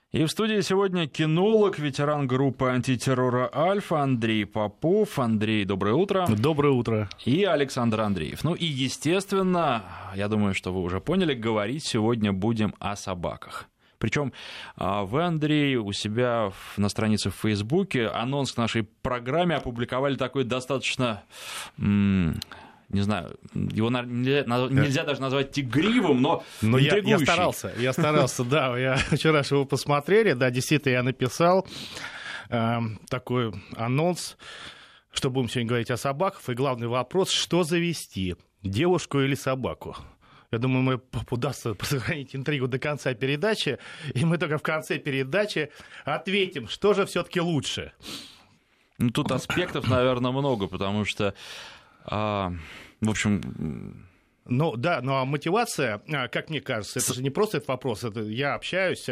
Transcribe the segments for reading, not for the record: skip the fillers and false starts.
И в студии сегодня кинолог, ветеран группы антитеррора «Альфа» Андрей Попов. Андрей, доброе утро. Доброе утро. И Александр Андреев. Ну и, естественно, я думаю, что вы уже поняли, говорить сегодня будем о собаках. Причем вы, Андрей, у себя на странице в Фейсбуке анонс к нашей программе опубликовали такой достаточно... Не знаю, его нельзя даже назвать тигривым, но интригующий. Я старался, да. Я вчера его посмотрели, да, действительно, я написал такой анонс, что будем сегодня говорить о собаках. И главный вопрос, что завести, девушку или собаку? Я думаю, мы удастся сохранить интригу до конца передачи, и мы только в конце передачи ответим, что же все-таки лучше. Ну, тут аспектов, наверное, много, потому что... в общем... Ну да, ну а мотивация, как мне кажется, это же не просто этот вопрос, это я общаюсь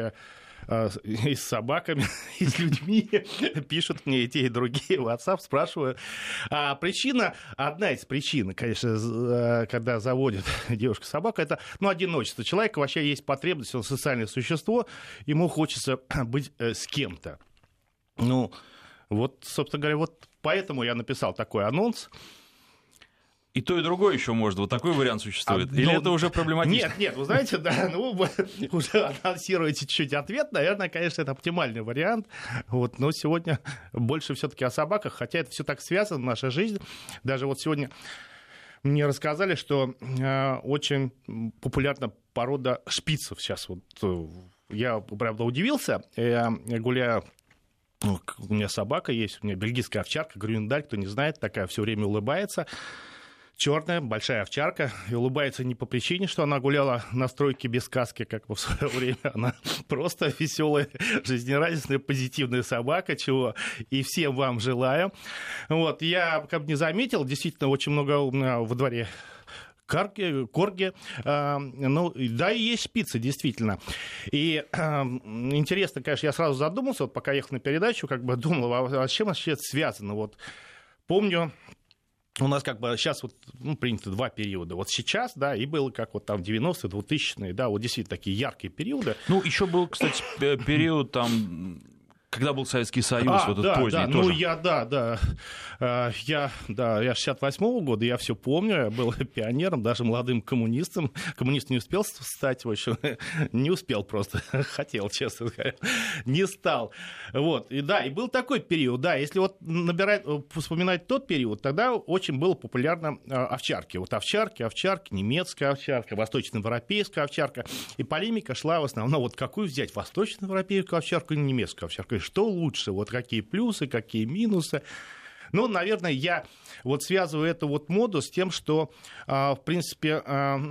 и с собаками, и с людьми, пишут мне и те, и другие, в WhatsApp спрашиваю. А причина, одна из причин, конечно, когда заводит девушка-собака, это, одиночество. Человека вообще есть потребность, он социальное существо, ему хочется быть с кем-то. Ну, вот, собственно говоря, вот поэтому я написал такой анонс. И то, и другое еще может. Вот такой вариант существует. Или это уже проблематично? Нет, вы знаете, да, вы уже анонсируете чуть-чуть ответ. Наверное, конечно, это оптимальный вариант. Вот, но сегодня больше все-таки о собаках, хотя это все так связано, наша жизнь. Даже вот сегодня мне рассказали, что очень популярна порода шпицев сейчас. Вот, я, правда, удивился. Я гуляю. У меня собака есть, у меня бельгийская овчарка, Грюндаль, кто не знает, такая все время улыбается. Черная, большая овчарка, и улыбается не по причине, что она гуляла на стройке без каски, как в свое время. Она просто веселая, жизнерадостная, позитивная собака, чего и всем вам желаю. Вот, я как бы не заметил, действительно, очень много во дворе корги, ну, да, и есть шпицы, действительно. И интересно, конечно, я сразу задумался, вот пока ехал на передачу, как бы думал, а с чем вообще это связано? Вот помню... У нас как бы сейчас вот, принято два периода. Вот сейчас, да, и было как вот там 90-е, 2000-е, да, вот действительно такие яркие периоды. Ну, еще был, кстати, период там... Когда был Советский Союз, вот этот поздний тоже. Ну, я 68-го года, я все помню, я был пионером, даже молодым коммунистом. Коммунист не успел стать, в общем, не успел просто, хотел, честно говоря, не стал. Вот, и да, и был такой период, да, если вот вспоминать тот период, тогда очень было популярно овчарки. Вот овчарки, немецкая овчарка, восточноевропейская овчарка. И полемика шла в основном, вот какую взять, восточноевропейскую овчарку или немецкую овчарку. Что лучше, вот какие плюсы, какие минусы. Ну, наверное, я вот связываю эту вот моду с тем, что, в принципе,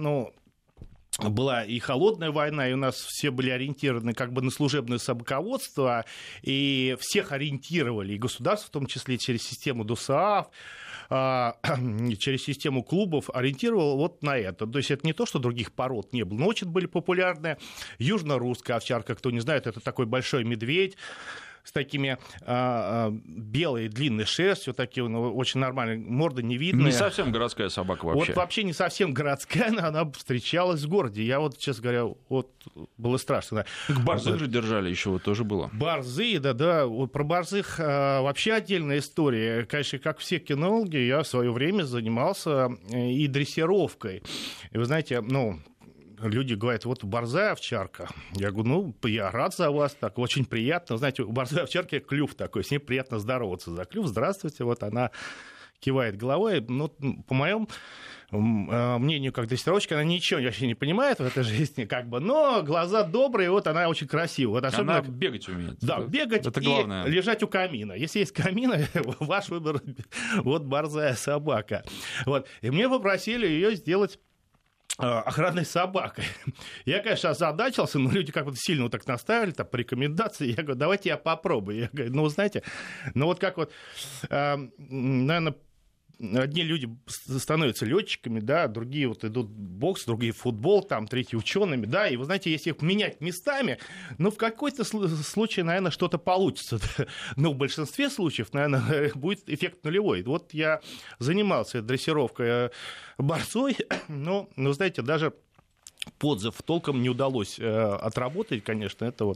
была и холодная война, и у нас все были ориентированы как бы на служебное собаководство, и всех ориентировали, и государство в том числе через систему ДОСААФ, через систему клубов ориентировал вот на это. То есть это не то, что других пород не было, но очень были популярны южно-русская овчарка, кто не знает, это такой большой медведь с такими белой длинной шерстью, такие очень нормальные, морда не видная. Не совсем городская собака вообще. Вот вообще не совсем городская, но она встречалась в городе. Я вот, честно говоря, вот было страшно. Так борзых же держали еще, вот тоже было. Борзы, да. Вот про борзых вообще отдельная история. Конечно, как все кинологи, я в свое время занимался и дрессировкой. И вы знаете, люди говорят, вот борзая овчарка. Я говорю, я рад за вас, так очень приятно. Знаете, у борзой овчарки клюв такой, с ней приятно здороваться за клюв. Здравствуйте, вот она кивает головой. По моему мнению, как дрессировщик, она ничего вообще не понимает в этой жизни, как бы, но глаза добрые, вот она очень красивая. Вот особенно... Она бегать умеет. Да, бегать это и главное. Лежать у камина. Если есть камин, ваш выбор, вот борзая собака. Вот. И мне попросили ее сделать охранной собакой. Я, конечно, озадачился, но люди как бы сильно вот так наставили, по рекомендации. Я говорю, давайте я попробую. Я говорю, знаете, вот как вот, наверное, одни люди становятся летчиками, да, другие вот идут в бокс, другие в футбол, там, третьи учеными, да, и вы знаете, если их менять местами, в какой-то случае, наверное, что-то получится, но в большинстве случаев, наверное, будет эффект нулевой. Вот я занимался дрессировкой борзой, но, знаете, даже подзыв толком не удалось отработать, конечно, это вот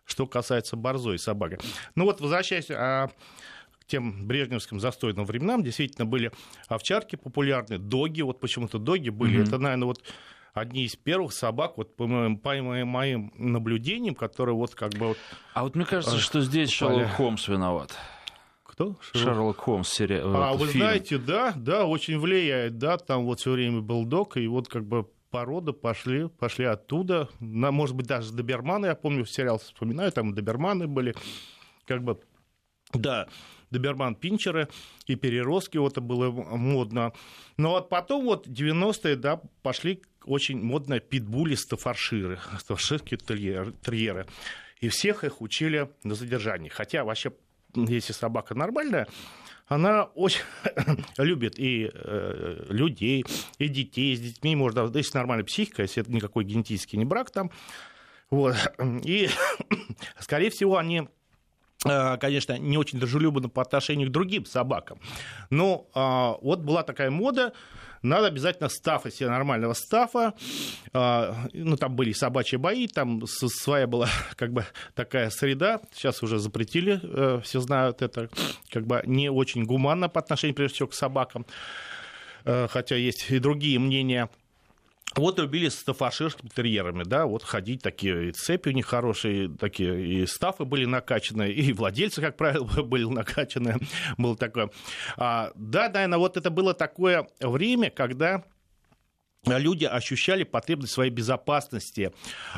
что касается борзой собаки. Ну вот, возвращаясь к тем брежневским застойным временам, действительно были овчарки популярны, доги, вот почему-то доги были, это, наверное, вот одни из первых собак, вот по моим наблюдениям, которые вот как бы... Вот, а вот мне кажется, что здесь Шерлок Холмс виноват. Кто? Шерлок Холмс. Вы знаете, да, очень влияет, да, там вот все время был дог, и вот как бы породы пошли оттуда, может быть, даже доберманы, я помню, в сериал вспоминаю, там доберманы были, как бы, да, доберман-пинчеры и переростки, вот это было модно. Но вот потом вот 90-е, да, пошли очень модно питбули, стаффорширы, стаффорширские терьеры, и всех их учили на задержании, хотя вообще, если собака нормальная, она очень любит и людей, и детей. С детьми можно, если нормальная психика, если это никакой генетический не брак там. Вот. И, скорее всего, они, конечно, не очень дружелюбны по отношению к другим собакам. Но вот была такая мода. Надо обязательно стафа, себе нормального стафа. Ну, там были собачьи бои, там своя была как бы такая среда. Сейчас уже запретили, все знают это, как бы не очень гуманно по отношению, прежде всего, к собакам. Хотя есть и другие мнения. Вот любили с стаффорширскими терьерами, да, вот ходить такие, и цепи у них хорошие, такие, и стафы были накачаны, и владельцы, как правило, были накачаны, было такое. Да, наверное, вот это было такое время, когда люди ощущали потребность своей безопасности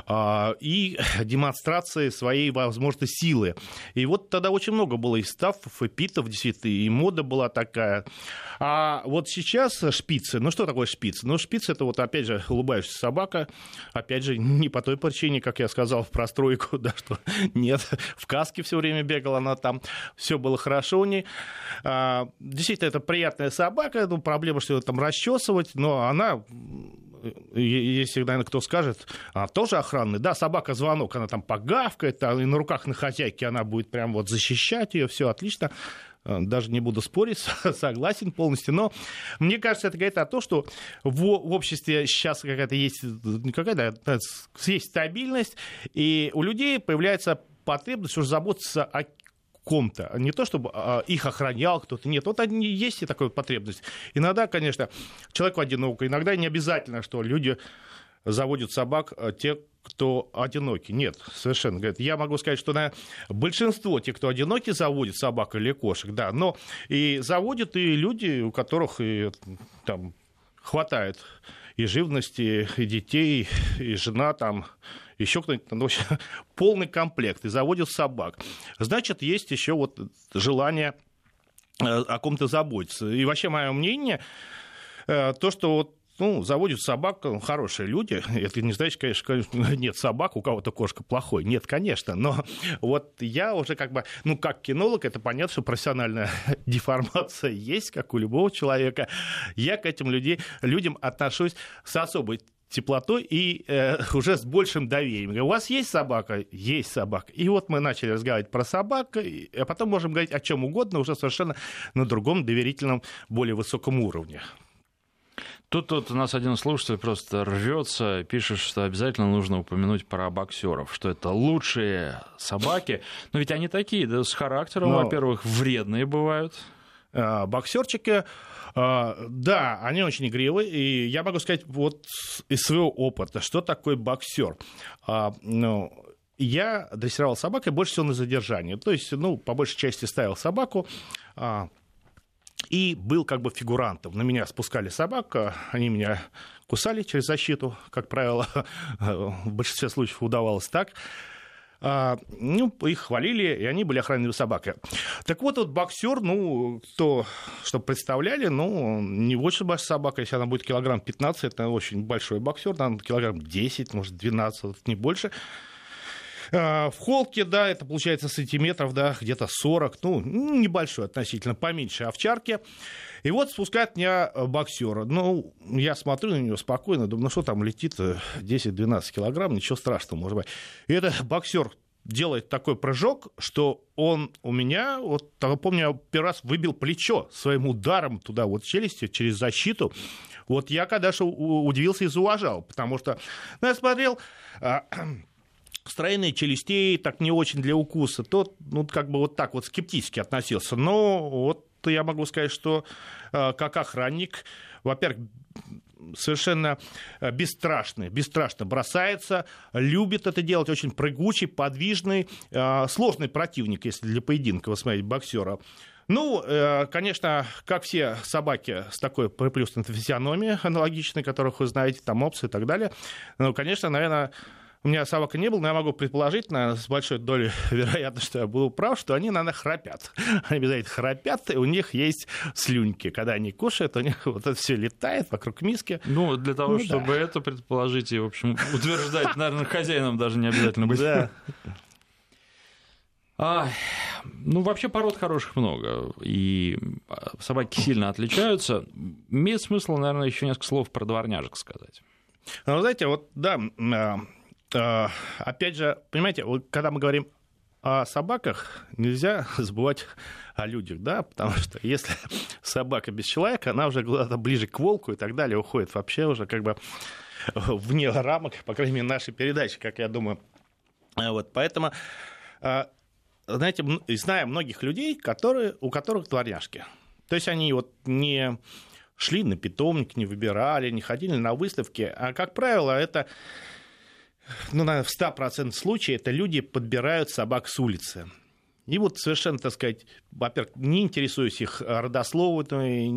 и демонстрации своей, возможно, силы. И вот тогда очень много было и стаффов, и питов, действительно, и мода была такая. А вот сейчас шпицы, ну что такое шпиц? Ну шпиц — это вот, опять же, улыбающаяся собака, опять же, не по той причине, как я сказал, в простройку, да, что нет, в каске все время бегала она там, все было хорошо у ней. Действительно, это приятная собака, ну, проблема, что ее там расчесывать, но она... Если, наверное, кто скажет, тоже охранный, да, собака-звонок, она там погавкает, и на руках на хозяйке она будет прям вот защищать ее, все отлично, даже не буду спорить, согласен полностью, но мне кажется, это говорит о том, что в обществе сейчас какая-то есть стабильность, и у людей появляется потребность уже заботиться о ком-то, не то чтобы их охранял кто-то, нет, вот они есть и такая потребность. Иногда, конечно, человеку одиноко, иногда не обязательно, что люди заводят собак, те, кто одиноки. Нет, совершенно. Говорят, я могу сказать, что большинство тех, кто одиноки, заводят собак или кошек, да, но и заводят и люди, у которых и, там, хватает и живности, и детей, и жена там, еще кто-нибудь, ну, полный комплект, и заводят собак. Значит, есть еще вот желание о ком-то заботиться. И вообще, мое мнение, то, что вот, ну, заводят собак хорошие люди. Это не значит, конечно, нет собак, у кого-то кошка плохой. Нет, конечно. Но вот я уже как бы, ну, как кинолог, это понятно, что профессиональная деформация есть, как у любого человека. Я к этим людям отношусь с особой теплотой и уже с большим доверием. У вас есть собака? Есть собака. И вот мы начали разговаривать про собак, а потом можем говорить о чем угодно, уже совершенно на другом доверительном, более высоком уровне. Тут у нас один слушатель просто рвется, пишет, что обязательно нужно упомянуть про боксеров, что это лучшие собаки. Но ведь они такие, да, с характером, во-первых, вредные бывают. Боксерчики, да, они очень игривые. И я могу сказать вот из своего опыта, что такое боксер. Я дрессировал собак и больше всего на задержании. То есть, ну, по большей части ставил собаку и был как бы фигурантом. На меня спускали собак, они меня кусали через защиту, как правило, в большинстве случаев удавалось так. Ну, их хвалили, и они были охранными собакой. Так вот боксер, ну, то, что представляли, ну, не очень большая собака, если она будет килограмм 15, это очень большой боксер, там килограмм 10, может, 12, не больше. В холке, да, это получается сантиметров, да, где-то 40, ну, небольшой относительно, поменьше овчарки. И вот спускает меня боксера. Ну, я смотрю на него спокойно, думаю, ну что там летит 10-12 килограмм, ничего страшного, может быть. И этот боксер делает такой прыжок, что он у меня, вот, помню, я первый раз выбил плечо своим ударом туда, вот челюстью, через защиту. Вот я, конечно, удивился и зауважал, потому что, ну, я смотрел... строение челюстей так не очень для укуса, тот, ну, как бы вот так вот скептически относился. Но вот я могу сказать, что как охранник, во-первых, совершенно бесстрашно бросается, любит это делать, очень прыгучий, подвижный, сложный противник, если для поединка, вы смотрите, боксера. Ну, конечно, как все собаки с такой приплюснутой физиономией аналогичной, которых вы знаете, там мопсы и так далее, ну, конечно, наверное, у меня собака не было, но я могу предположить, наверное, с большой долей вероятности, что я был прав, что они, наверное, храпят. Они обязательно храпят, и у них есть слюньки. Когда они кушают, у них вот это все летает вокруг миски. Ну, для того, чтобы это предположить и, в общем, утверждать, наверное, хозяинам даже не обязательно быть. Да. Ну, вообще пород хороших много, и собаки сильно отличаются. Имеет смысл, наверное, еще несколько слов про дворняжек сказать. Ну, знаете, вот, да, опять же, понимаете, вот, когда мы говорим о собаках, нельзя забывать о людях, да, потому что если собака без человека, она уже куда-то ближе к волку и так далее уходит вообще уже как бы вне рамок, по крайней мере, нашей передачи, как я думаю. Вот, поэтому... Знаете, знаю многих людей, у которых дворняжки. То есть они вот не шли на питомник, не выбирали, не ходили на выставки. А, как правило, это, ну, наверное, в 100% случаев это люди подбирают собак с улицы. И вот совершенно, так сказать, во-первых, не интересуюсь их родословной,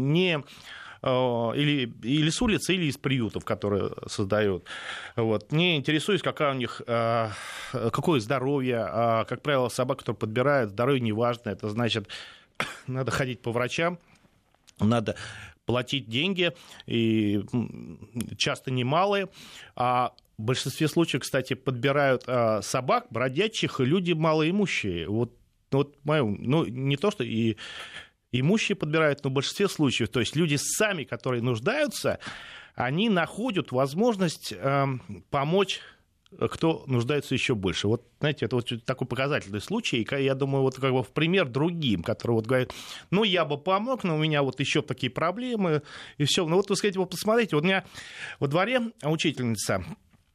или с улицы, или из приютов, которые создают. Вот. Не интересуюсь, какое у них, какое здоровье. Как правило, собак, которые подбирают, здоровье не важно. Это значит, надо ходить по врачам, надо платить деньги, и часто немалые. А в большинстве случаев, кстати, подбирают собак бродячих люди малоимущие. Вот мое, ну, не то, что и имущие подбирают, но в большинстве случаев, то есть люди сами, которые нуждаются, они находят возможность помочь, кто нуждается еще больше. Вот, знаете, это вот такой показательный случай, и я думаю, вот как бы в пример другим, которые вот говорят, ну, я бы помог, но у меня вот еще такие проблемы, и все. Ну, вот, вы сказать, вот посмотрите, вот у меня во дворе учительница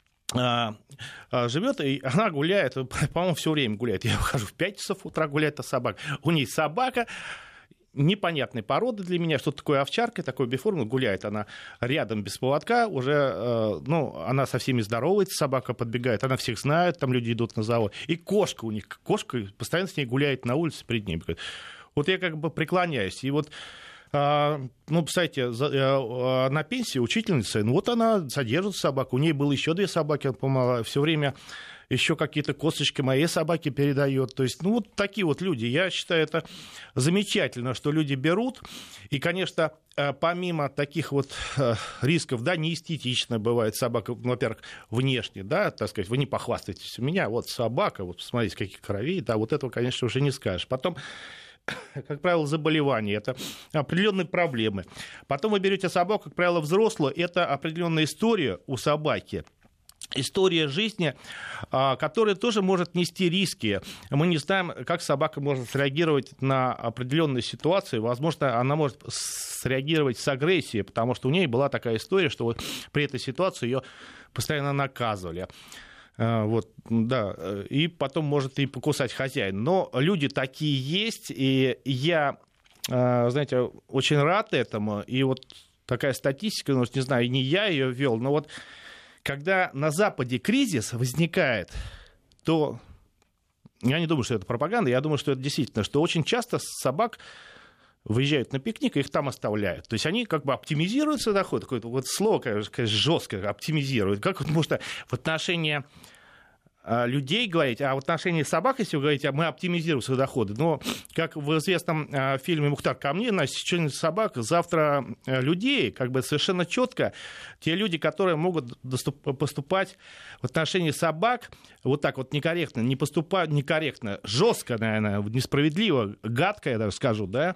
живет, и она гуляет, по-моему, все время гуляет. Я выхожу в 5 часов утра, гуляет эта собака. У нее собака непонятной породы для меня, что такое овчарка, такой биформ, гуляет она рядом без поводка, уже, ну, она со всеми здоровается, собака подбегает, она всех знает, там люди идут на завод, и кошка у них, кошка постоянно с ней гуляет на улице перед ней. Вот я как бы преклоняюсь, и вот, ну, представляете, на пенсии учительница, ну, вот она содержит собаку, у нее было еще 2 собаки, по-моему, все время еще какие-то косточки моей собаки передает. То есть, ну, вот такие вот люди. Я считаю, это замечательно, что люди берут. И, конечно, помимо таких вот рисков, да, неэстетично бывает собака, во-первых, внешне, да, так сказать, вы не похвастаетесь. У меня вот собака, вот посмотрите, каких кровей, да, вот этого, конечно, уже не скажешь. Потом, как правило, заболевания, это определенные проблемы. Потом вы берете собаку, как правило, взрослую, это определенная история у собаки. История жизни, которая тоже может нести риски. Мы не знаем, как собака может среагировать на определенные ситуации. Возможно, она может среагировать с агрессией, потому что у нее была такая история, что вот при этой ситуации ее постоянно наказывали. Вот, да, и потом может и покусать хозяин. Но люди такие есть, и я, знаете, очень рад этому. И вот такая статистика, ну, не знаю, не я ее вел, но вот когда на Западе кризис возникает, то я не думаю, что это пропаганда, я думаю, что это действительно, что очень часто собак выезжают на пикник, и их там оставляют. То есть они как бы оптимизируют свой доход. Такое вот слово, конечно, жесткое, оптимизируют. Как вот можно в отношении людей говорить, а в отношении собак, если вы говорите, мы оптимизируем свои доходы. Но, как в известном фильме «Мухтар Камни», на сечение собак завтра людей, как бы совершенно четко, те люди, которые могут поступать в отношении собак вот так вот некорректно, не поступают некорректно, жестко, наверное, несправедливо, гадко, я даже скажу, да,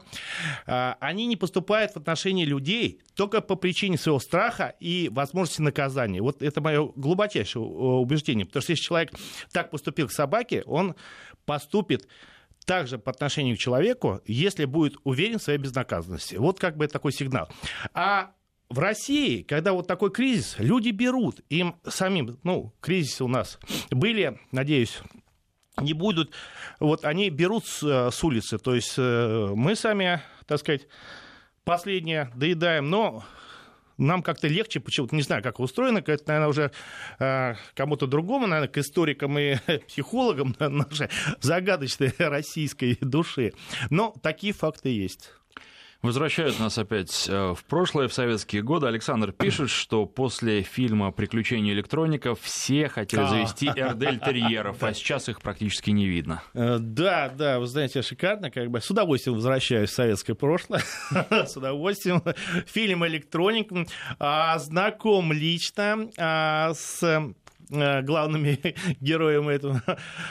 они не поступают в отношении людей только по причине своего страха и возможности наказания. Вот это мое глубочайшее убеждение, потому что если человек так поступил к собаке, он поступит также по отношению к человеку, если будет уверен в своей безнаказанности. Вот как бы такой сигнал. А в России, когда вот такой кризис, люди берут, им самим, кризисы у нас были, надеюсь, не будут, вот они берут с улицы, то есть мы сами, так сказать, последние доедаем, но нам как-то легче почему-то, не знаю, как устроено, это, наверное, уже кому-то другому, наверное, к историкам и психологам нашей загадочной российской души, но такие факты есть. Возвращают нас опять в прошлое, в советские годы. Александр пишет, что после фильма «Приключения электроников» все хотели завести эрдель-терьеров, а сейчас их практически не видно. Да, вы знаете, шикарно, с удовольствием возвращаюсь в советское прошлое, с удовольствием. Фильм «Электроник», знаком лично с главными героями этого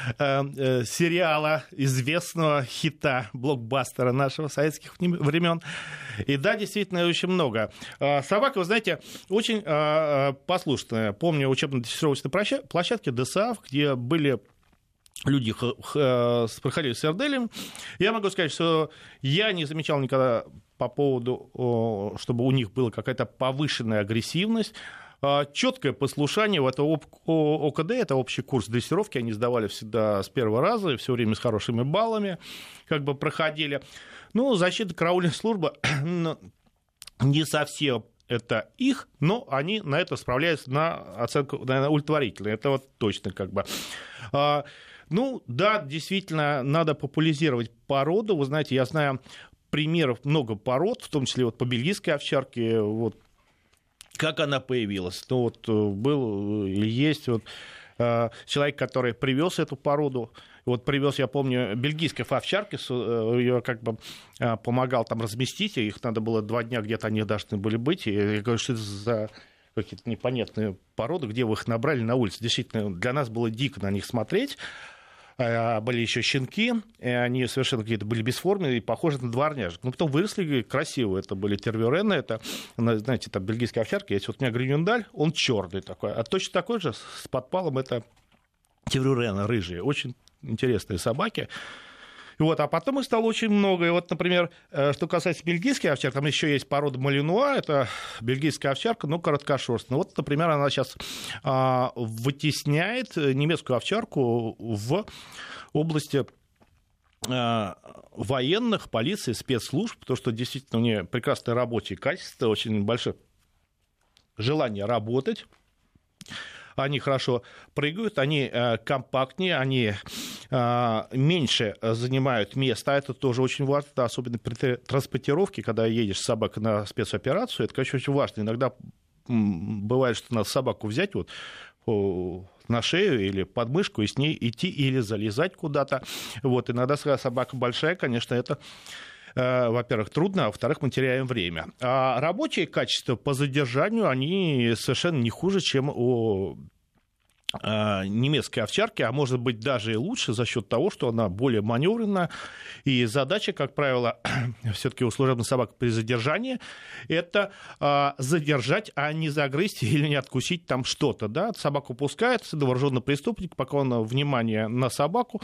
сериала, известного хита, блокбастера нашего советских времен. И да, действительно, очень много. Собака, вы знаете, очень послушная. Помню учебно-дрессировочной площадке ДСАФ, где были люди, проходили с эрделем. Я могу сказать, что я не замечал никогда по поводу, чтобы у них была какая-то повышенная агрессивность. Четкое послушание, это ОКД, это общий курс дрессировки, они сдавали всегда с первого раза, все время с хорошими баллами проходили. Защита, караульная служба, не совсем это их, но они на это справляются на оценку, наверное, удовлетворительно, это вот точно да, действительно, надо популяризировать породу, вы знаете, я знаю примеров много пород, в том числе по бельгийской овчарке, как она появилась. Был или есть человек, который привез эту породу. Привез, я помню, бельгийской овчарки, ее помогал там разместить, их надо было 2 дня, где-то они должны были быть. И я говорю, что это за какие-то непонятные породы, где вы их набрали на улице. Действительно, для нас было дико на них смотреть. Были еще щенки, и они совершенно какие-то были бесформенные и похожи на дворняжек. Потом выросли красивые. Это были тервюрены, это, знаете, там бельгийская овчарка. Есть у меня гринюндаль, он черный такой. А точно такой же с подпалом это тервюрены рыжие. Очень интересные собаки. А потом их стало очень много. И например, что касается бельгийской овчарки, там еще есть порода малинуа, это бельгийская овчарка, короткошерстная. Например, она сейчас вытесняет немецкую овчарку в области военных, полиции, спецслужб, потому что действительно у нее прекрасное рабочее качество, очень большое желание работать. Они хорошо прыгают, они компактнее, они меньше занимают места. Это тоже очень важно, особенно при транспортировке, когда едешь с собакой на спецоперацию. Это, конечно, очень важно. Иногда бывает, что надо собаку взять на шею или под мышку и с ней идти или залезать куда-то. Иногда собака большая, конечно, это... во-первых, трудно, а во-вторых, мы теряем время. А рабочие качества по задержанию, они совершенно не хуже, чем у немецкой овчарки, а может быть даже и лучше за счет того, что она более маневренна. И задача, как правило, все-таки у служебных собак при задержании, это задержать, а не загрызть или не откусить там что-то. Да? Собаку пускает, вооруженный преступник, пока он внимание на собаку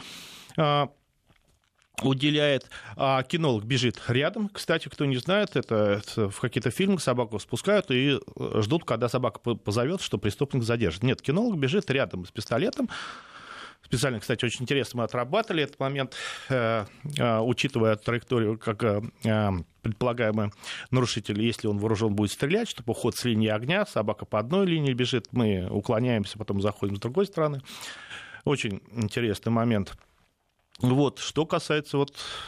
уделяет, а кинолог бежит рядом. Кстати, кто не знает, это в каких-то фильмах собаку спускают и ждут, когда собака позовет, что преступник задержит. Нет, кинолог бежит рядом с пистолетом. Специально, кстати, очень интересно мы отрабатывали этот момент, учитывая траекторию, как предполагаемый нарушитель, если он вооружен, будет стрелять, чтобы уход с линии огня, собака по одной линии бежит, мы уклоняемся, потом заходим с другой стороны. Очень интересный момент. Что касается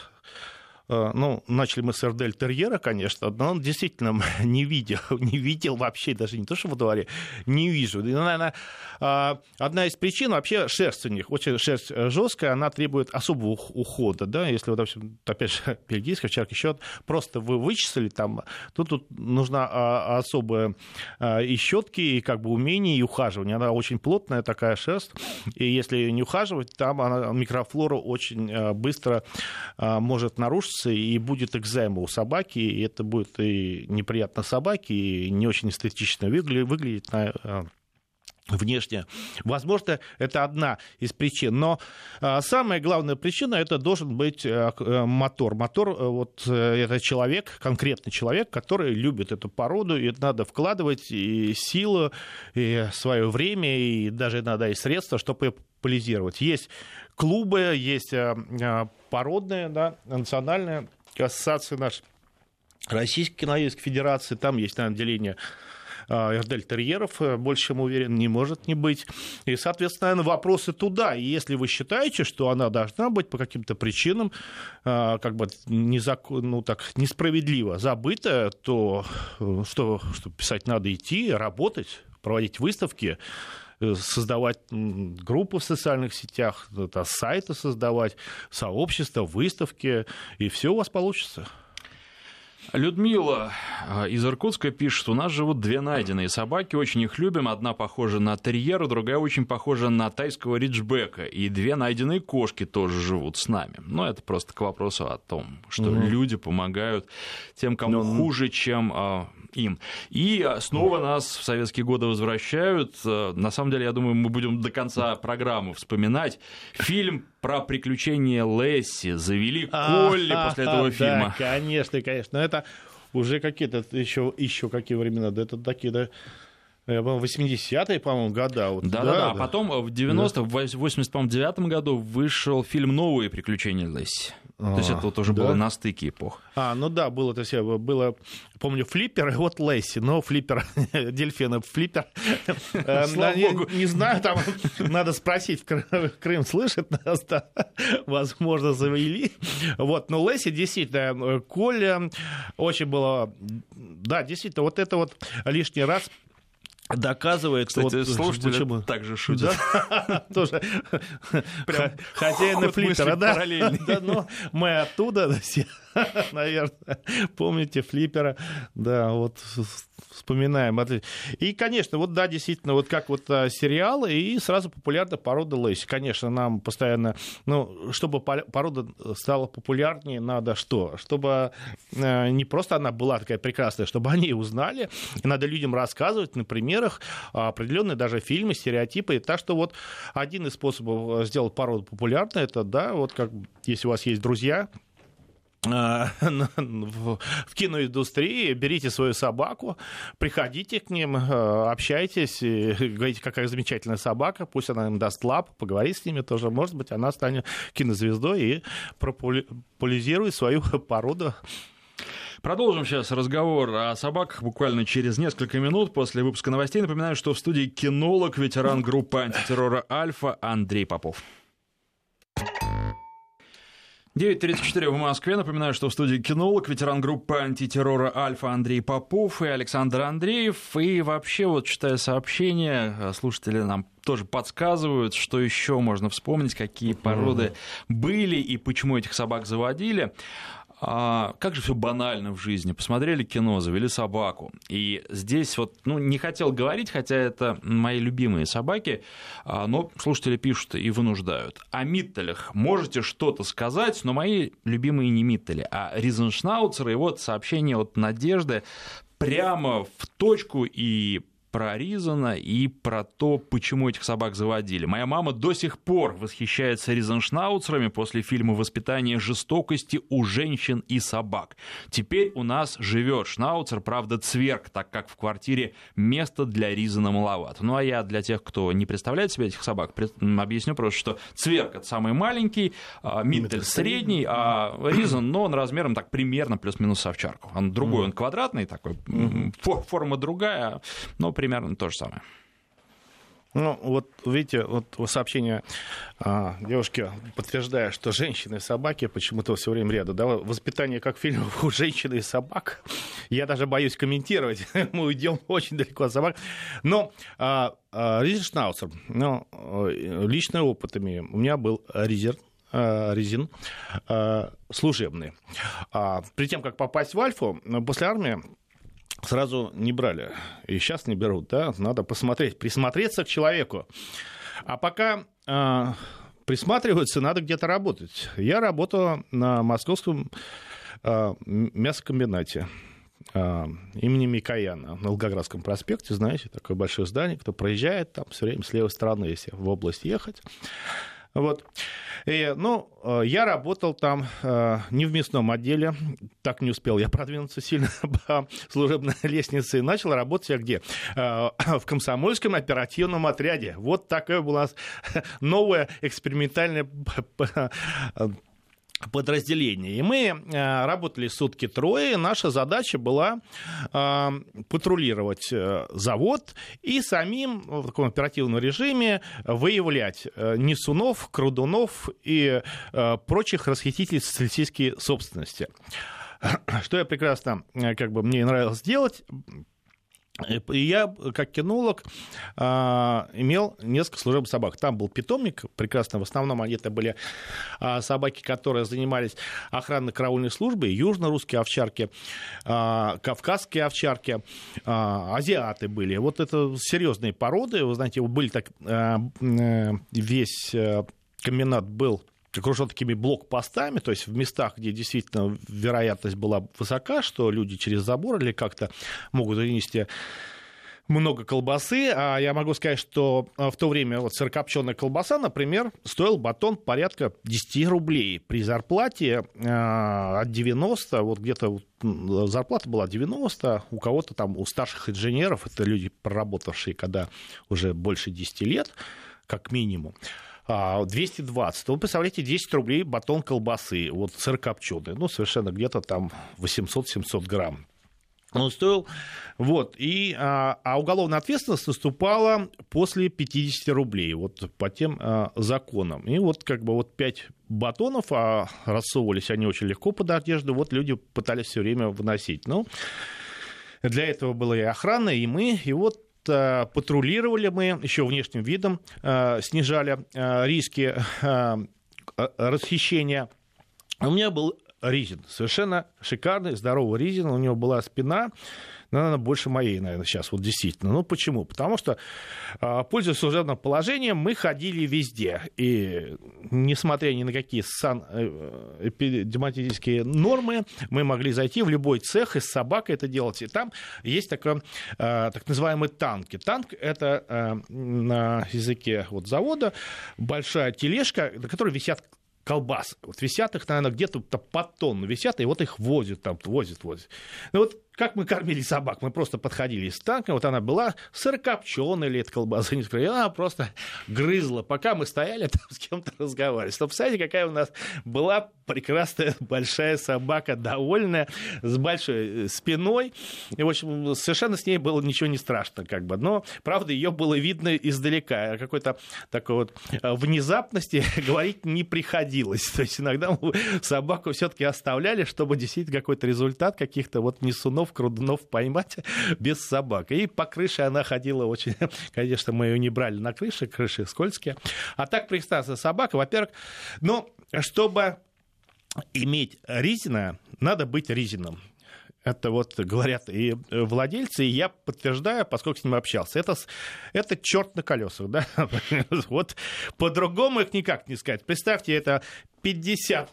начали мы с эрдель-терьера, конечно, но он действительно не видел вообще, даже не то, что во дворе, не вижу. И, наверное, одна из причин, вообще шерсть у них, очень шерсть жесткая, она требует особого ухода, да, если, допустим, опять же, бельгийская овчарка, еще просто вы вычесали там, тут нужна особая и щетки, и умение, и ухаживание. Она очень плотная такая шерсть, и если не ухаживать, там микрофлора очень быстро может нарушиться, и будет экзема у собаки, и это будет и неприятно собаке, и не очень эстетично выглядеть внешне. Возможно, это одна из причин. Но самая главная причина — это должен быть мотор. Мотор вот это человек, конкретный человек, который любит эту породу, и это надо вкладывать и силу, и свое время, и даже иногда и средства, чтобы ее популяризировать. Есть клубы, есть породные, да, национальные ассоциации нашей Российской кинологической федерации, там есть, наверное, отделение эрдельтерьеров, больше чем уверен, не может не быть. И, соответственно, наверное, вопросы туда. И если вы считаете, что она должна быть по каким-то причинам как бы несправедливо забыта, то что писать, надо идти, работать, проводить выставки, создавать группы в социальных сетях, сайты создавать, сообщества, выставки, и все у вас получится. Людмила из Иркутска пишет: у нас живут две найденные собаки, очень их любим, одна похожа на терьера, другая очень похожа на тайского риджбека, и две найденные кошки тоже живут с нами. Но это просто к вопросу о том, что люди помогают тем, кому хуже, чем им. И снова нас в советские годы возвращают. На самом деле, я думаю, мы будем до конца программы вспоминать фильм про приключения Лесси. Завели Колли после этого фильма. Да, конечно, конечно. Но это уже какие-то еще какие времена. Да, это такие, да, 80-е, по-моему, года. Вот. Да. А потом в 89-м году вышел фильм «Новые приключения Лесси». То есть это вот уже было на стыке эпох. Ну да, было это все. Было, помню, Флиппер и вот Лесси. Но Флиппер, дельфинов Флиппер. Не знаю, там надо спросить, Крым слышит нас, да? Возможно, завели. Вот, но Лесси действительно, Коля очень было... Да, действительно, вот это вот лишний раз доказывает, кстати, что... слушатели также шутят. Да, тоже. Хозяина Флиппера, да. Да, но мы оттуда все, наверное, помните Флиппера, да, вот вспоминаем. И, конечно, вот да, действительно, вот как вот сериалы, и сразу популярна порода Лесси. Конечно, нам постоянно, чтобы порода стала популярнее, надо что? Чтобы не просто она была такая прекрасная, чтобы они узнали, надо людям рассказывать на примерах определенные даже фильмы, стереотипы. Так что вот один из способов сделать породу популярной, это, да, вот как если у вас есть друзья в киноиндустрии, берите свою собаку, приходите к ним, общайтесь, говорите, какая замечательная собака, пусть она им даст лап, поговорить с ними тоже, может быть, она станет кинозвездой и популяризирует свою породу. Продолжим сейчас разговор о собаках буквально через несколько минут после выпуска новостей. Напоминаю, что в студии кинолог, ветеран группы антитеррора «Альфа» Андрей Попов. 9:34 в Москве. Напоминаю, что в студии кинолог, ветеран группы антитеррора «Альфа» Андрей Попов и Александр Андреев. И вообще, вот читая сообщения, слушатели нам тоже подсказывают, что еще можно вспомнить, какие породы были и почему этих собак заводили. Как же все банально в жизни. Посмотрели кино, завели собаку. И здесь вот, не хотел говорить, хотя это мои любимые собаки, но слушатели пишут и вынуждают. О миттелях можете что-то сказать, но мои любимые не миттели, а ризеншнауцеры. И вот сообщение от Надежды прямо в точку и про Ризена и про то, почему этих собак заводили. Моя мама до сих пор восхищается ризеншнауцерами после фильма «Воспитание жестокости у женщин и собак». Теперь у нас живет шнауцер, правда, цверг, так как в квартире места для Ризена маловато. Ну, а я для тех, кто не представляет себе этих собак, объясню просто, что цверг — это самый маленький, миттель — средний, а Ризен, он размером так примерно плюс-минус с овчарку. Он другой, он квадратный такой, форма другая, но примерно то же самое. Вот видите, вот сообщение девушки, подтверждая, что женщины и собаки почему-то все время рядом. Да? Воспитание как фильмов у женщин и собак. Я даже боюсь комментировать. Мы уйдем очень далеко от собак. Но ризеншнауцер, личный опыт имею. У меня был Ризен служебный. Перед тем, как попасть в Альфу, после армии сразу не брали. И сейчас не берут, да? Надо посмотреть, присмотреться к человеку. А пока присматриваются, надо где-то работать. Я работал на московском мясокомбинате. имени Микояна на Волгоградском проспекте, знаете, такое большое здание, кто проезжает там все время с левой стороны, если в область ехать. Вот. Я работал там не в мясном отделе, так не успел я продвинуться сильно по служебной лестнице, и начал работать я где? В комсомольском оперативном отряде. Вот такое было у нас новое экспериментальное подразделение. И мы работали сутки трое. Наша задача была патрулировать завод и самим в таком оперативном режиме выявлять несунов, крадунов и прочих расхитителей социалистической собственности. Что я прекрасно, мне нравилось делать. И я, как кинолог, имел несколько служебных собак. Там был питомник прекрасно. В основном это были собаки, которые занимались охранно-караульной службой. Южно-русские овчарки, кавказские овчарки, азиаты были. Вот это серьезные породы. Вы знаете, были так... Весь комбинат был окружен такими блокпостами, то есть в местах, где действительно вероятность была высока, что люди через забор или как-то могут вынести много колбасы. А я могу сказать, что в то время сырокопченая колбаса, например, стоил батон порядка 10 рублей. При зарплате от 90, вот где-то зарплата была 90, у кого-то там, у старших инженеров, это люди, проработавшие когда уже больше 10 лет, как минимум, 220. Вы представляете, 10 рублей батон колбасы, вот сырокопченый, совершенно где-то там 800-700 грамм. Он стоил, а уголовная ответственность наступала после 50 рублей, вот по тем законам. И 5 батонов, рассовывались они очень легко под одежду, люди пытались все время выносить. Для этого была и охрана, и мы, патрулировали мы, еще внешним видом снижали риски расхищения. У меня был Ризин, совершенно шикарный, здоровый Ризин, у него была спина, наверное, больше моей, сейчас, действительно. Почему? Потому что, пользуясь служебным положением, мы ходили везде, и несмотря ни на какие санэпидемиологические нормы, мы могли зайти в любой цех и с собакой это делать, и там есть такой, так называемый танк. Танк — это на языке завода большая тележка, на которой висят колбас. Висят их, наверное, где-то под тонну висят, и их возят. Как мы кормили собак? Мы просто подходили с танка, она была сырокопченая или это колбаса, и она просто грызла, пока мы стояли там с кем-то разговаривали. Представляете, какая у нас была прекрасная большая собака, довольная, с большой спиной. И, в общем, совершенно с ней было ничего не страшно, Но, правда, ее было видно издалека. О какой-то такой внезапности говорить не приходилось. То есть иногда собаку все-таки оставляли, чтобы действительно какой-то результат каких-то несунов, крудунов поймать без собак. И по крыше она ходила очень... Конечно, мы ее не брали на крыше, крыши скользкие. А так прекрасная собака, во-первых. Но чтобы иметь Ризина, надо быть Ризином. Это говорят и владельцы, и я подтверждаю, поскольку с ним общался. Это черт на колесах, да? По-другому их никак не сказать. Представьте, это 50,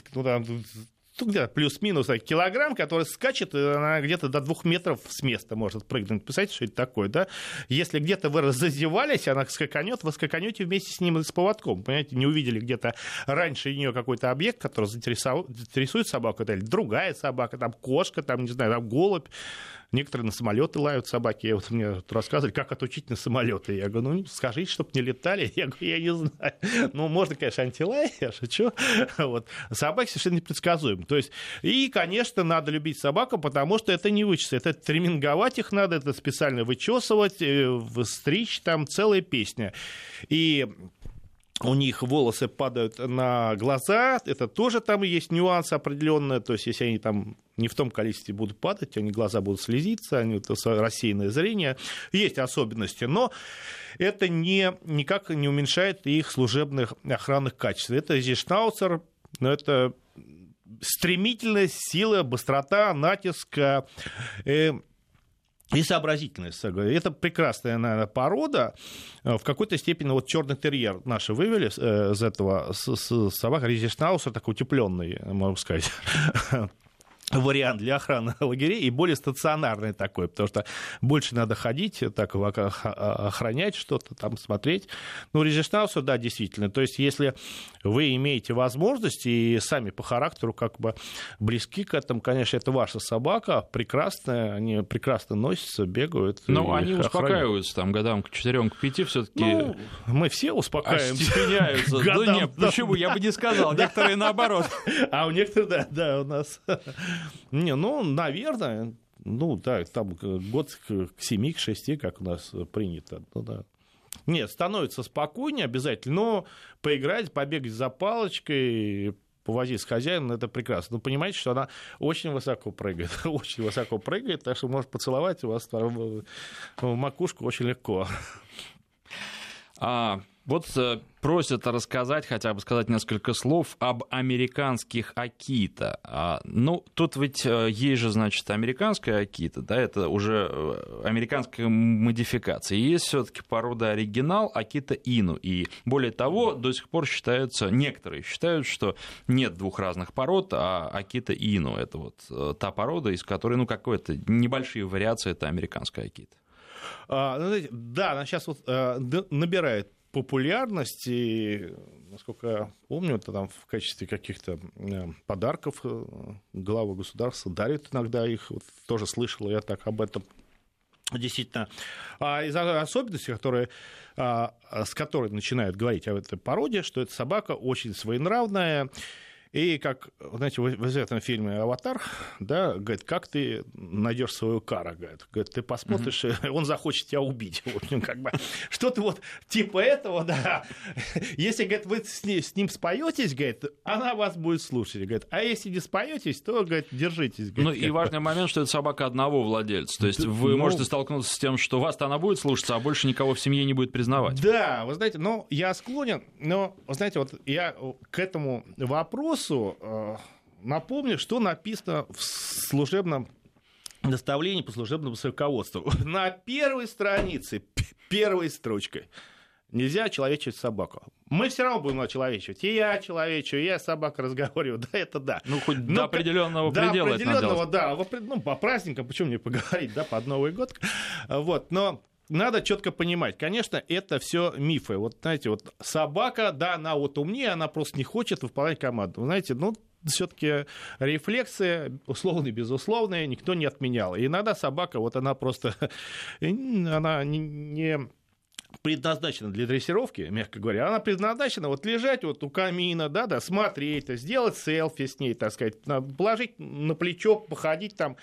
где-то плюс-минус килограмм, который скачет, она где-то до 2 метров с места может прыгнуть. Представляете, что это такое, да? Если где-то вы зазевались, она скаканет, вы скаканете вместе с ним и с поводком. Понимаете, не увидели где-то раньше у нее какой-то объект, который заинтересует собаку, или другая собака, там кошка, там, не знаю, там голубь. Некоторые на самолеты лают собаки. Мне рассказывали, как отучить на самолеты. Я говорю, скажите, чтобы не летали. Я говорю, я не знаю. Можно, конечно, антилай, я шучу. Собаки совершенно непредсказуемы. То есть, и, конечно, надо любить собаку, потому что это не вычислить. Это триминговать их надо, это специально вычесывать, стричь, там целая песня. И у них волосы падают на глаза, это тоже там есть нюанс определенный, то есть если они там не в том количестве будут падать, они глаза будут слезиться, рассеянное зрение, есть особенности, но это никак не уменьшает их служебных охранных качеств. Это зейшнауцер, но это стремительность, сила, быстрота, натиск, и сообразительность. Это прекрасная, наверное, порода. В какой-то степени черный терьер наши вывели из этого собака. Ризеншнаузер такой утепленный, можно сказать. вариант для охраны лагерей и более стационарный такой, потому что больше надо ходить, так охранять что-то, там смотреть. Ну, Риженшнауцер, да, действительно. То есть, если вы имеете возможность и сами по характеру как бы близки к этому, конечно, это ваша собака, прекрасная, они прекрасно носятся, бегают. Но они успокаиваются там годам к 4-5 все-таки. Ну, мы все успокаиваемся. Остепеняются. Да нет, почему? Я бы не сказал. Некоторые наоборот. А у некоторых, да, у нас... Не, ну, наверное, ну, да, там год к 7-6, как у нас принято. Ну, да. Нет, становится спокойнее обязательно, но поиграть, побегать за палочкой, повозить с хозяином, это прекрасно. Но понимаете, что она очень высоко прыгает, очень высоко прыгает, так что может поцеловать у вас в макушку очень легко. Вот просят рассказать, хотя бы сказать несколько слов об американских акита. Ну, тут ведь есть же, значит, американская акита, да, это уже американская модификация. Есть все-таки порода оригинал акита ину. И более того, до сих пор считается, некоторые считают, что нет двух разных пород, а акита ину. Это вот та порода, из которой, ну, какой-то небольшие вариации, это американская акита. Да, она сейчас вот набирает популярность, и, насколько я помню, это там в качестве каких-то подарков главы государства дарят иногда их, вот, тоже слышал я так об этом. Действительно, из особенностей, с которой начинают говорить об этой породе, что эта собака очень своенравная. И как, знаете, в этом фильме «Аватар», да, говорит, как ты найдешь своего Кара, говорит, ты посмотришь, он захочет тебя убить. В общем, как бы, что-то вот типа этого, да. Если, говорит, вы с ним споетесь, говорит, она вас будет слушать, говорит, а если не споетесь, то, говорит, держитесь. Говорит, ну и важный момент, что это собака одного владельца, то есть вы можете столкнуться с тем, что вас-то она будет слушаться, а больше никого в семье не будет признавать. Да, вы знаете, ну, я склонен, но, вы знаете, вот я к этому вопросу напомню, что написано в служебном наставлении по служебному руководству. На первой странице, первой строчкой. Нельзя человечить собаку. Мы все равно будем человечить. И я человечу, и я с собакой разговариваю. Да, это да. Ну, хоть до определенного предела. До определенного, да. Ну, по праздникам, почему не поговорить, да, под Новый год. Вот, но надо четко понимать, конечно, это все мифы. Вот, знаете, вот собака, да, она вот умнее, она просто не хочет выполнять команду. Вы знаете, ну, все-таки рефлексы, условные, безусловные, никто не отменял. И иногда собака, вот она просто, она не предназначена для дрессировки, мягко говоря, она предназначена вот лежать вот у камина, да, смотреть, сделать селфи с ней, так сказать, положить на плечо, походить там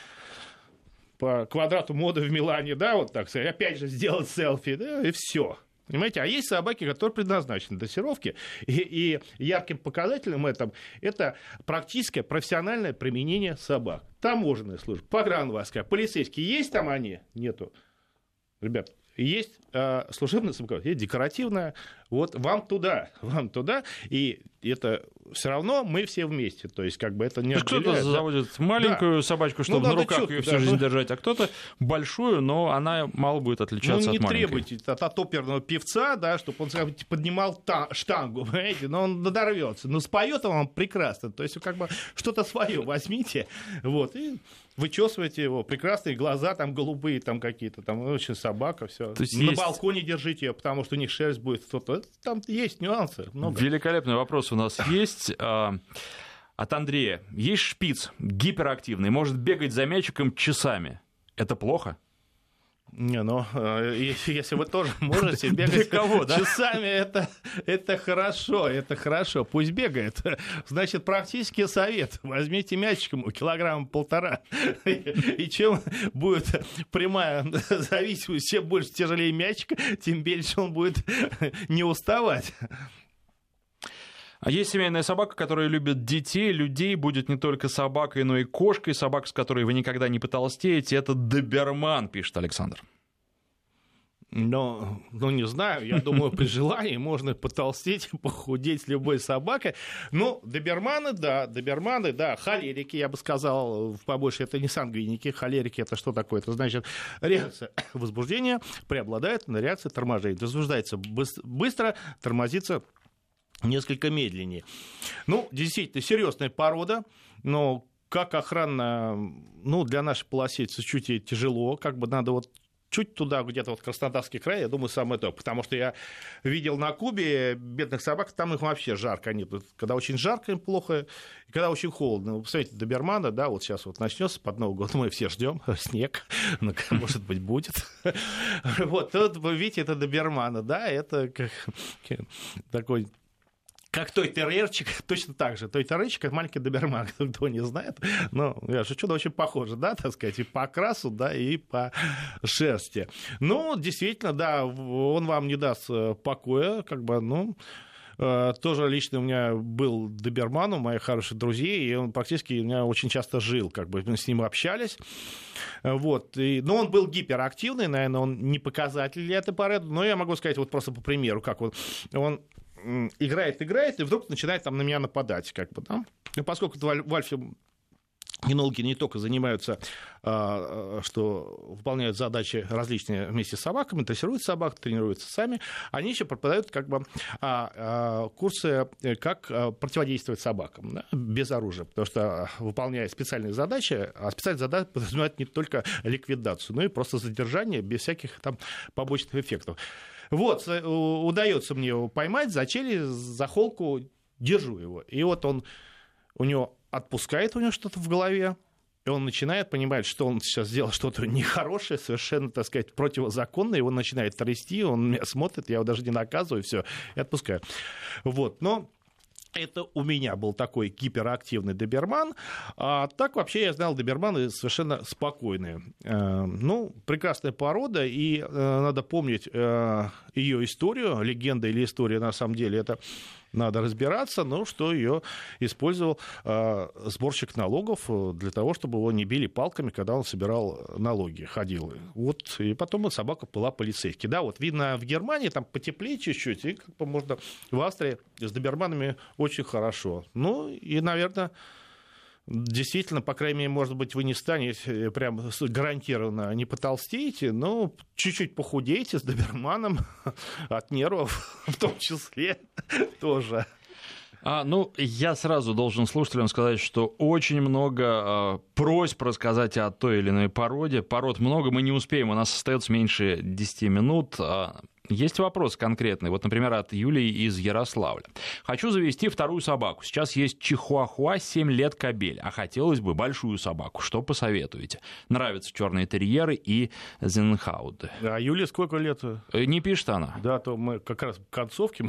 по квадрату моды в Милане, да, вот так сказать, опять же сделать селфи, да, и все. Понимаете, а есть собаки, которые предназначены для дрессировки, и ярким показателем это практическое профессиональное применение собак. Таможенная служба, погранвойска, полицейские, есть там они? Нету. Ребят, есть служебная собака, есть декоративная, вот вам туда, и это все равно мы все вместе, то есть как бы это не отделяет. Кто-то заводит маленькую собачку, чтобы на руках ее всю жизнь держать, а кто-то большую, но она мало будет отличаться от маленькой. Ну не требуйте от оперного певца, да, чтобы он поднимал штангу, понимаете, но он надорвется, но споет он вам прекрасно, то есть как бы что-то свое возьмите, вот, и вычесывайте его, прекрасные глаза там голубые, там какие-то, там очень собака, все. На балконе держите ее, потому что у них шерсть будет что-то. Там есть нюансы. Много. Великолепный вопрос у нас есть от Андрея. Есть шпиц гиперактивный, может бегать за мячиком часами. Это плохо? Не, ну, если вы тоже можете бегать часами, это хорошо, пусть бегает. Значит, практический совет. Возьмите мячиком 1,5 килограмма, и чем будет прямая зависимость, чем больше тяжелее мячик, тем меньше он будет не уставать. А есть семейная собака, которая любит детей, людей, будет не только собакой, но и кошкой. Собака, с которой вы никогда не потолстеете, это доберман, пишет Александр. Ну, не знаю, я думаю, при желании можно потолстеть, похудеть с любой собакой. Ну, доберманы, да, холерики, я бы сказал, побольше это не сангвиники, холерики это что такое? Это значит, реакция возбуждения преобладает на реакции торможения. Возбуждается быстро, тормозится несколько медленнее. Ну, действительно, серьезная порода, но как охрана, ну, для нашей полосы чуть тяжело, как бы надо вот чуть туда, где-то вот Краснодарский край, я думаю, самое то. Потому что я видел на Кубе бедных собак, там их вообще жарко. Они, когда очень жарко, им плохо, и когда очень холодно. Вы представляете, добермана, да, вот сейчас вот начнется под Новый год, мы все ждем снег, может быть, будет. Вот, тут вы видите, это добермана, да, это такой... Как той-терьерчик, точно так же. Той-терьерчик — это маленький доберман, кто не знает. Но я шучу, да, очень похоже, да, так сказать, и по окрасу, да, и по шерсти. Ну, действительно, да, он вам не даст покоя, как бы, ну... Тоже лично у меня был доберман, у моих хороших друзей, и он практически у меня очень часто жил, как бы мы с ним общались. Вот. Но он был гиперактивный, наверное, он не показатель этой породы, но я могу сказать вот просто по примеру, как вот он играет, и вдруг начинает там на меня нападать, как бы, да? И поскольку в Альфе кинологи не только занимаются, что выполняют задачи различные вместе с собаками, дрессируют собак, тренируются сами, они еще преподают как бы курсы, как противодействовать собакам, да, без оружия, потому что выполняя специальные задачи, а специальные задачи подразумевают не только ликвидацию, но и просто задержание без всяких там побочных эффектов. Вот, удается мне его поймать за челюсть, за холку, держу его. И вот он, у него отпускает у него что-то в голове, и он начинает понимать, что он сейчас сделал что-то нехорошее, совершенно, так сказать, противозаконное, его начинает трясти, он меня смотрит, я его даже не наказываю, все, и отпускаю. Вот, но... Это у меня был такой гиперактивный доберман. А так вообще я знал доберманы совершенно спокойные. Ну, прекрасная порода, и надо помнить ее историю. Легенда или история, на самом деле, это надо разбираться, но что ее использовал сборщик налогов для того, чтобы его не били палками, когда он собирал налоги, ходил. Вот, и потом собака была полицейский. Да, вот видно, в Германии там потеплее чуть-чуть, и как бы можно в Австрии с доберманами очень хорошо. Ну, и, наверное, действительно, по крайней мере, может быть, вы не станете прям гарантированно не потолстеете, но чуть-чуть похудеете с доберманом от нервов в том числе тоже. Ну, я сразу должен слушателям сказать, что очень много просьб рассказать о той или иной породе. Пород много, мы не успеем, у нас остается меньше 10 минут. Есть вопрос конкретный, вот, например, от Юлии из Ярославля. Хочу завести вторую собаку. Сейчас есть чихуахуа, 7 лет кобель, а хотелось бы большую собаку. Что посоветуете? Нравятся черные терьеры и зенхауды. А Юле сколько лет? Не пишет она. Да, то мы как раз в концовке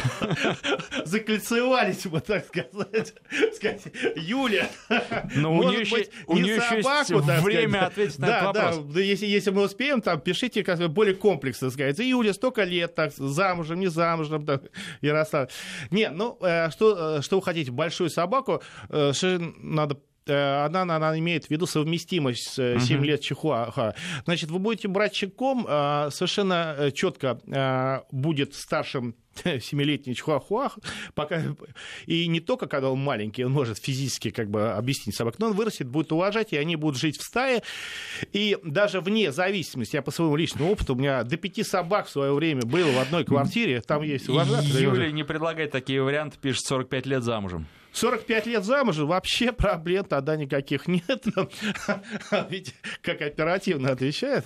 закольцевались, вот так сказать. Юля, но у нее еще есть время ответить на этот вопрос. Да, если мы успеем, там пишите более комплексно, сказать. Юля, столько лет, так, замужем, не замужем, так, Ярослав. Не, ну, что вы хотите, большую собаку, надо... Она имеет в виду совместимость с 7 лет чихуахуа. Значит, вы будете брать щенком, совершенно четко будет старшим 7-летний чихуахуа, и не только когда он маленький, он может физически как бы объяснить собаку, но он вырастет, будет уважать, и они будут жить в стае. И даже вне зависимости, я по своему личному опыту, у меня до 5 собак в свое время было в одной квартире, там есть уважать. Юлия не предлагает такие варианты, пишет, 45 лет замужем. 45 лет замужем, вообще проблем тогда никаких нет. Видите, как оперативно отвечает.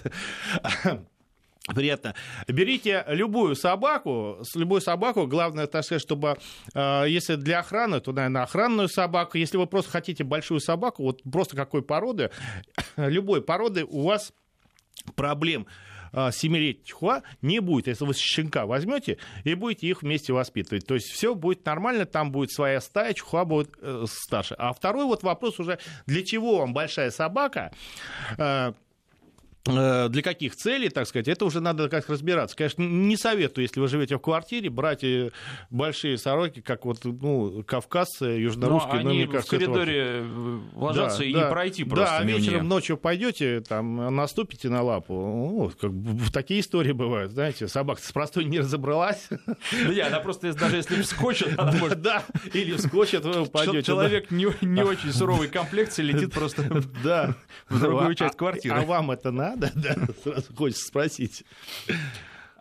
Приятно. Берите любую собаку, главное, так сказать, чтобы, если для охраны, то, наверное, охранную собаку. Если вы просто хотите большую собаку, вот просто какой породы, любой породы, у вас проблем 7-летних чихуа не будет, если вы щенка возьмете и будете их вместе воспитывать. То есть все будет нормально, там будет своя стая, чихуа будет старше. А второй вот вопрос уже, для чего вам большая собака? Для каких целей, так сказать, это уже надо как разбираться. Конечно, не советую, если вы живете в квартире, брать большие сороки, как вот, ну, кавказцы, южнорусские. Но они в коридоре ложатся и не пройти просто. Да, вечером, ночью пойдете, там, наступите на лапу. Ну, как бы, такие истории бывают, знаете, собака с простой не разобралась. Да, она просто, даже если вскочит, она может... Да, или вскочит, вы упадете. Человек не очень суровой комплекции летит просто в другую часть квартиры. А вам это надо? Да, сразу хочется спросить.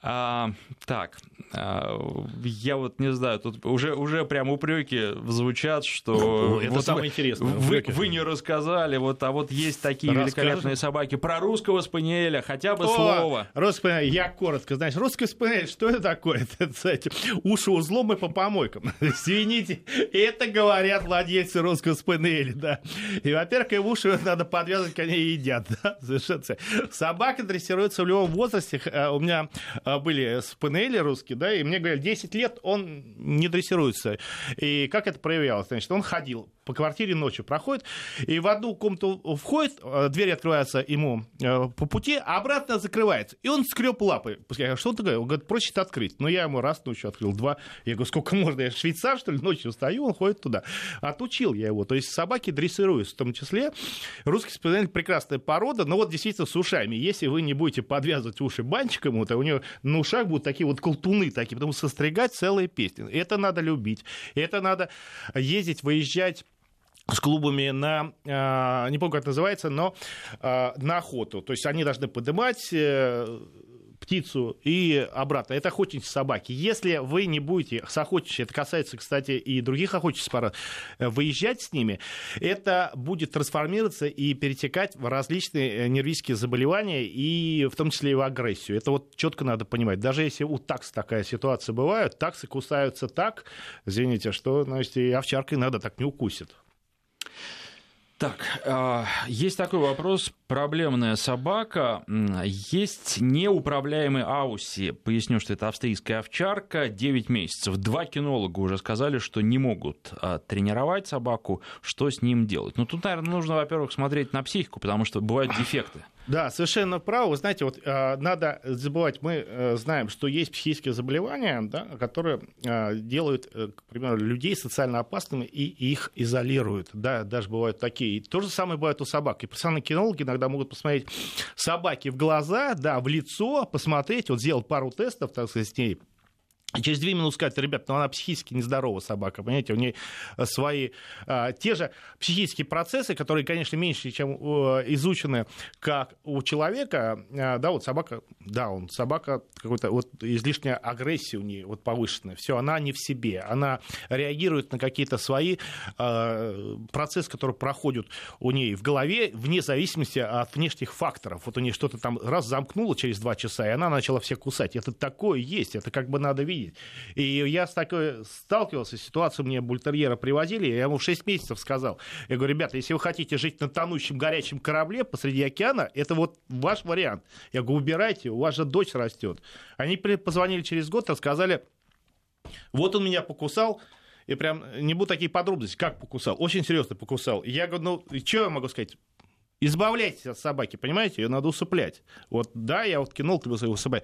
Так, я вот не знаю, тут уже прям упреки звучат, что это вот самое интересное. Вы не рассказали, а вот есть такие великолепные собаки. Про русского спаниеля хотя бы слово. Русский спаниель, я коротко, знаешь, русский спаниель, что это такое? Это, кстати, уши узлом и по помойкам. Извините, это говорят владельцы русского спаниеля, да. И, во-первых, и уши надо подвязывать, когда они едят, да, совершенно. Собака дрессируется в любом возрасте. У меня были спаниели русские, да, и мне говорят, 10 лет он не дрессируется. И как это проявлялось? Значит, он ходил по квартире ночью, проходит, и в одну комнату входит, дверь открывается ему по пути, а обратно закрывается. И он скреб лапы. Я говорю, что он такое? Он говорит, проще открыть. Но я ему раз ночью открыл, два. Я говорю, сколько можно? Я швейцар, что ли, ночью стою, он ходит туда. Отучил я его. То есть собаки дрессируются, в том числе. Русский спаниель прекрасная порода, но вот действительно с ушами. Если вы не будете подвязывать уши бантиком, то у него на ушах будут такие вот колтуны, такие, потому что состригать целые песни. Это надо любить. Это надо ездить, выезжать с клубами на, не помню, как это называется, но на охоту. То есть они должны поднимать птицу и обратно. Это охотничьи собаки. Если вы не будете с охотничьими, это касается, кстати, и других охотничьих пород, выезжать с ними, это будет трансформироваться и перетекать в различные нервические заболевания, и в том числе и в агрессию. Это вот четко надо понимать. Даже если у такс такая ситуация бывает, таксы кусаются так, извините, что, значит, и овчаркой надо так не укусит. Так, есть такой вопрос. Проблемная собака. Есть неуправляемый Ауси. Поясню, что это австрийская овчарка. 9 месяцев. 2 кинолога уже сказали, что не могут тренировать собаку. Что с ним делать? Ну, тут, наверное, нужно, во-первых, смотреть на психику, потому что бывают дефекты. Да, совершенно правы. Вы знаете, вот надо забывать, мы знаем, что есть психические заболевания, да, которые делают, к примеру, людей социально опасными и их изолируют. Да, даже бывают такие. И то же самое бывает у собак. И профессиональные кинологи иногда могут посмотреть собаке в глаза, да, в лицо, посмотреть, вот сделать пару тестов, так сказать, с ней. И через 2 минуты сказать, ребят, она психически нездорова собака, понимаете, у нее свои те же психические процессы, которые, конечно, меньше, чем изучены, как у человека, да, вот собака, да, собака какой-то, вот излишняя агрессия у нее, вот повышенная, все, она не в себе, она реагирует на какие-то свои процессы, которые проходят у нее в голове, вне зависимости от внешних факторов, вот у нее что-то там раз замкнуло через 2 часа, и она начала всех кусать, это такое есть, это как бы надо видеть. И я с такой сталкивался, ситуацию мне бультерьера привозили, я ему 6 месяцев сказал. Я говорю, ребята, если вы хотите жить на тонущем горячем корабле посреди океана, это вот ваш вариант. Я говорю, убирайте, у вас же дочь растет. Они позвонили через год, рассказали, вот он меня покусал, и прям не буду такие подробности, как покусал, очень серьезно покусал. И я говорю, ну, что я могу сказать? Избавляйтесь от собаки, понимаете, ее надо усыплять. Вот, да, я вот кинул, ты его усыплять.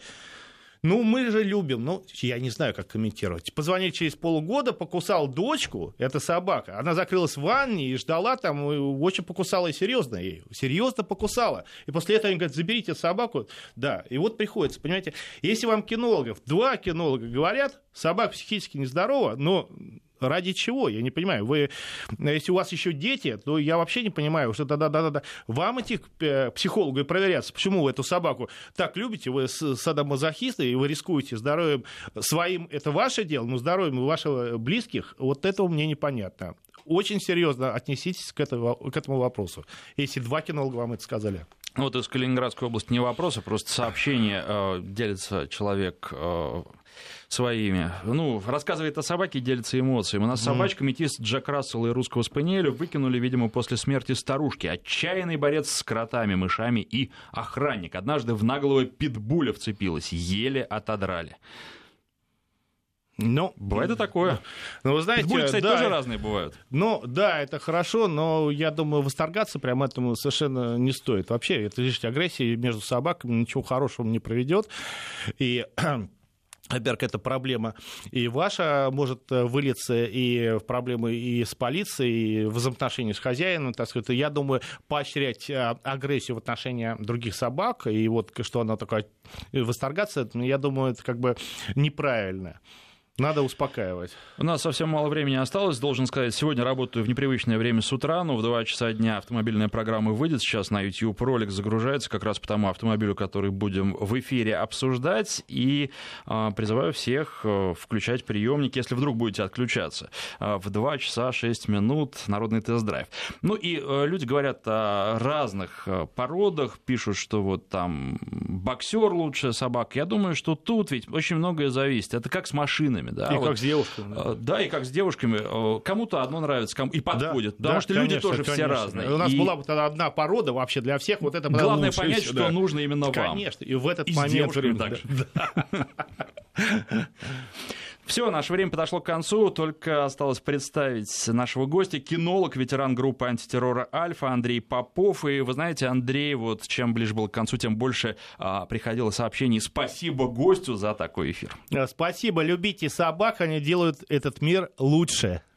Ну, мы же любим, ну, я не знаю, как комментировать. Позвонили через полгода, покусал дочку, это собака. Она закрылась в ванне и ждала там, и очень покусала и серьезно ей. Серьезно покусала. И после этого они говорят, заберите собаку. Да, и вот приходится, понимаете, если вам кинологов, 2 кинолога говорят, собака психически нездорова, но... Ради чего? Я не понимаю. Вы, если у вас еще дети, то я вообще не понимаю, что да. Вам идти к психологу и проверяться, почему вы эту собаку так любите, вы садомазохисты, и вы рискуете здоровьем своим, это ваше дело, но здоровьем ваших близких, вот этого мне непонятно. Очень серьезно отнеситесь к этому вопросу, если 2 кинолога вам это сказали. Вот из Калининградской области не вопрос, а просто сообщение. Делится человек своими. Ну, рассказывает о собаке, делится эмоциями. У нас собачка, метис Джек Рассел и русского спаниеля выкинули, видимо, после смерти старушки. Отчаянный борец с кротами, мышами и охранник. Однажды в наглого питбуля вцепилась, еле отодрали. Ну, бывает и такое. Ну, вы знаете, питбули, кстати, да, тоже разные бывают. Ну, да, это хорошо, но я думаю, восторгаться прямо этому совершенно не стоит. Вообще, это лишняя агрессия между собаками ничего хорошего не проведет. И... Во-первых, это проблема и ваша может вылиться и в проблемы и с полицией, и в взаимоотношениях с хозяином, так сказать. Я думаю, поощрять агрессию в отношении других собак, и вот что она такая, восторгаться, я думаю, это как бы неправильно. Надо успокаивать. У нас совсем мало времени осталось. Должен сказать, сегодня работаю в непривычное время с утра, но в 2 часа дня автомобильная программа выйдет. Сейчас на YouTube ролик загружается как раз по тому автомобилю, который будем в эфире обсуждать. И призываю всех включать приемники, если вдруг будете отключаться. В 2 часа 6 минут народный тест-драйв. Ну и люди говорят о разных породах, пишут, что вот там боксер лучшая собака. Я думаю, что тут ведь очень многое зависит. Это как с машинами. Да, и вот, как с девушками. Да, и как с девушками. Кому-то одно нравится, и подходит. Да, потому что конечно, люди тоже конечно. все разные. У нас была бы тогда одна порода вообще для всех. Вот это главное лучше понять, всего, что нужно именно вам. Конечно, и в этот и момент... с девушками также. Все, наше время подошло к концу, только осталось представить нашего гостя, кинолог, ветеран группы антитеррора «Альфа» Андрей Попов. И вы знаете, Андрей, вот чем ближе был к концу, тем больше приходило сообщений. Спасибо гостю за такой эфир. Спасибо, любите собак, они делают этот мир лучше.